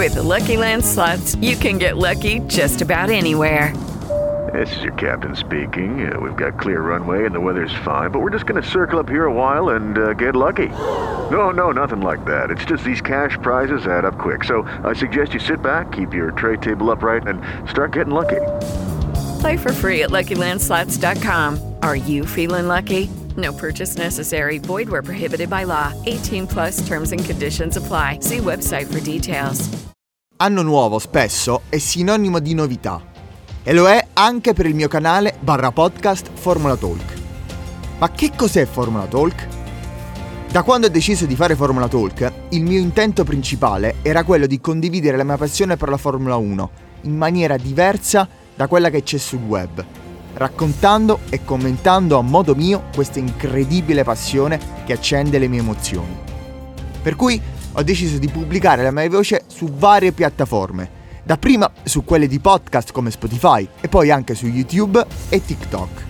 With the Lucky Land Slots, you can get lucky just about anywhere. This is your captain speaking. We've got clear runway and the weather's fine, but we're just going to circle up here a while and get lucky. No, nothing like that. It's just these cash prizes add up quick. So I suggest you sit back, keep your tray table upright, and start getting lucky. Play for free at LuckyLandSlots.com. Are you feeling lucky? No purchase necessary. Void where prohibited by law. 18 plus terms and conditions apply. See website for details. Anno nuovo spesso è sinonimo di novità. E lo è anche per il mio canale /podcast Formula Talk. Ma che cos'è Formula Talk? Da quando ho deciso di fare Formula Talk, il mio intento principale era quello di condividere la mia passione per la Formula 1 in maniera diversa da quella che c'è sul web, raccontando e commentando a modo mio questa incredibile passione che accende le mie emozioni. Per cui ho deciso di pubblicare la mia voce su varie piattaforme, dapprima su quelle di podcast come Spotify e poi anche su YouTube e TikTok.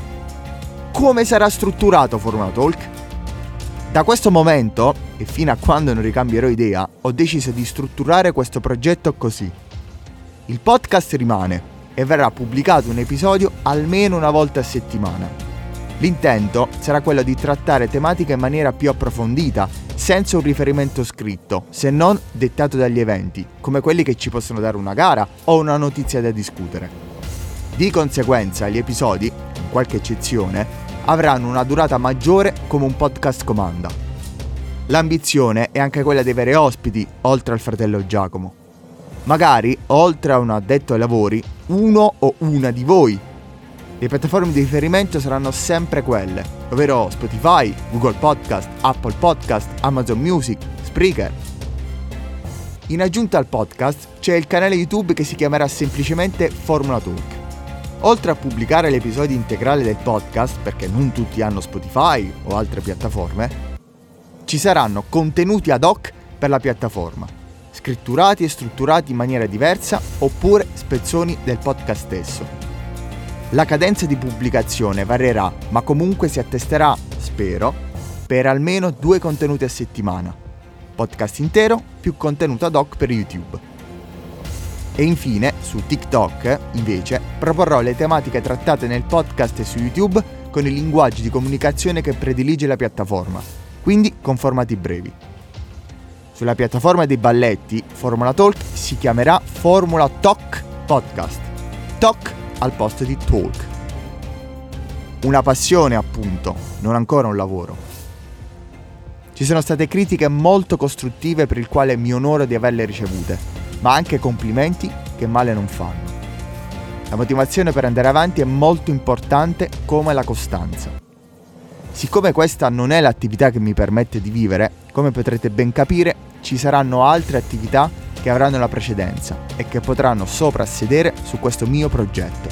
Come sarà strutturato Formula Talk? Da questo momento, e fino a quando non ricambierò idea, ho deciso di strutturare questo progetto così. Il podcast rimane e verrà pubblicato un episodio almeno una volta a settimana. L'intento sarà quello di trattare tematiche in maniera più approfondita, senza un riferimento scritto, se non dettato dagli eventi, come quelli che ci possono dare una gara o una notizia da discutere. Di conseguenza, gli episodi, con qualche eccezione, avranno una durata maggiore come un podcast comanda. L'ambizione è anche quella di avere ospiti, oltre al fratello Giacomo. Magari, oltre a un addetto ai lavori, uno o una di voi. Le piattaforme di riferimento saranno sempre quelle, ovvero Spotify, Google Podcast, Apple Podcast, Amazon Music, Spreaker. In aggiunta al podcast c'è il canale YouTube che si chiamerà semplicemente Formula Talk. Oltre a pubblicare l'episodio integrale del podcast, perché non tutti hanno Spotify o altre piattaforme, ci saranno contenuti ad hoc per la piattaforma, scritturati e strutturati in maniera diversa oppure spezzoni del podcast stesso. La cadenza di pubblicazione varierà, ma comunque si attesterà, spero, per almeno 2 contenuti a settimana. Podcast intero più contenuto ad hoc per YouTube. E infine, su TikTok, invece, proporrò le tematiche trattate nel podcast e su YouTube con i linguaggi di comunicazione che predilige la piattaforma, quindi con formati brevi. Sulla piattaforma dei balletti, Formula Talk si chiamerà Formula Talk Podcast. Talk al posto di talk. Una passione, appunto, non ancora un lavoro. Ci sono state critiche molto costruttive per il quale mi onoro di averle ricevute, ma anche complimenti che male non fanno. La motivazione per andare avanti è molto importante come la costanza. Siccome questa non è l'attività che mi permette di vivere, come potrete ben capire, ci saranno altre attività che avranno la precedenza e che potranno soprassedere su questo mio progetto.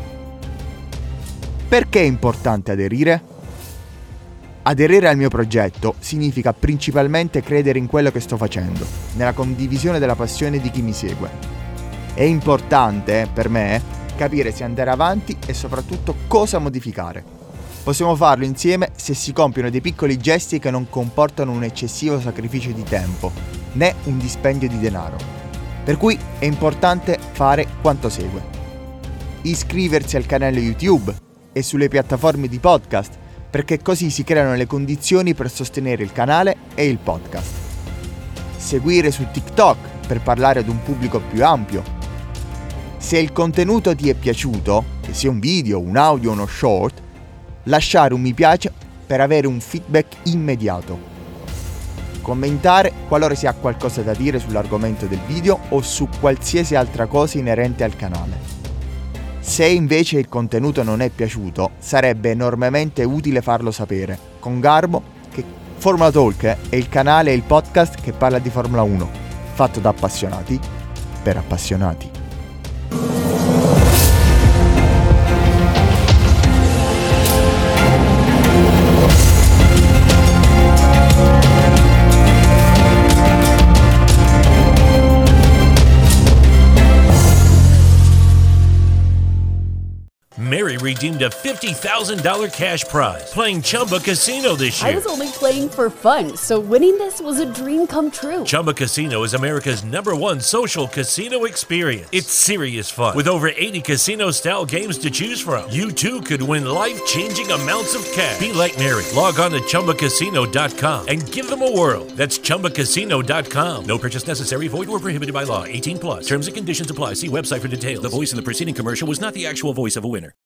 Perché è importante aderire? Aderire al mio progetto significa principalmente credere in quello che sto facendo, nella condivisione della passione di chi mi segue. È importante, per me, capire se andare avanti e soprattutto cosa modificare. Possiamo farlo insieme se si compiono dei piccoli gesti che non comportano un eccessivo sacrificio di tempo, né un dispendio di denaro. Per cui è importante fare quanto segue. Iscriversi al canale YouTube e sulle piattaforme di podcast, perché così si creano le condizioni per sostenere il canale e il podcast. Seguire su TikTok per parlare ad un pubblico più ampio. Se il contenuto ti è piaciuto, che sia un video, un audio o uno short, lasciare un mi piace per avere un feedback immediato. Commentare qualora si ha qualcosa da dire sull'argomento del video o su qualsiasi altra cosa inerente al canale. Se invece il contenuto non è piaciuto, sarebbe enormemente utile farlo sapere, con garbo, che Formula Talk è il canale e il podcast che parla di Formula 1, fatto da appassionati per appassionati. Mary redeemed a $50,000 cash prize playing Chumba Casino this year. I was only playing for fun, so winning this was a dream come true. Chumba Casino is America's #1 social casino experience. It's serious fun. With over 80 casino-style games to choose from, you too could win life-changing amounts of cash. Be like Mary. Log on to ChumbaCasino.com and give them a whirl. That's ChumbaCasino.com. No purchase necessary. Void where prohibited by law. 18+. Terms and conditions apply. See website for details. The voice in the preceding commercial was not the actual voice of a winner.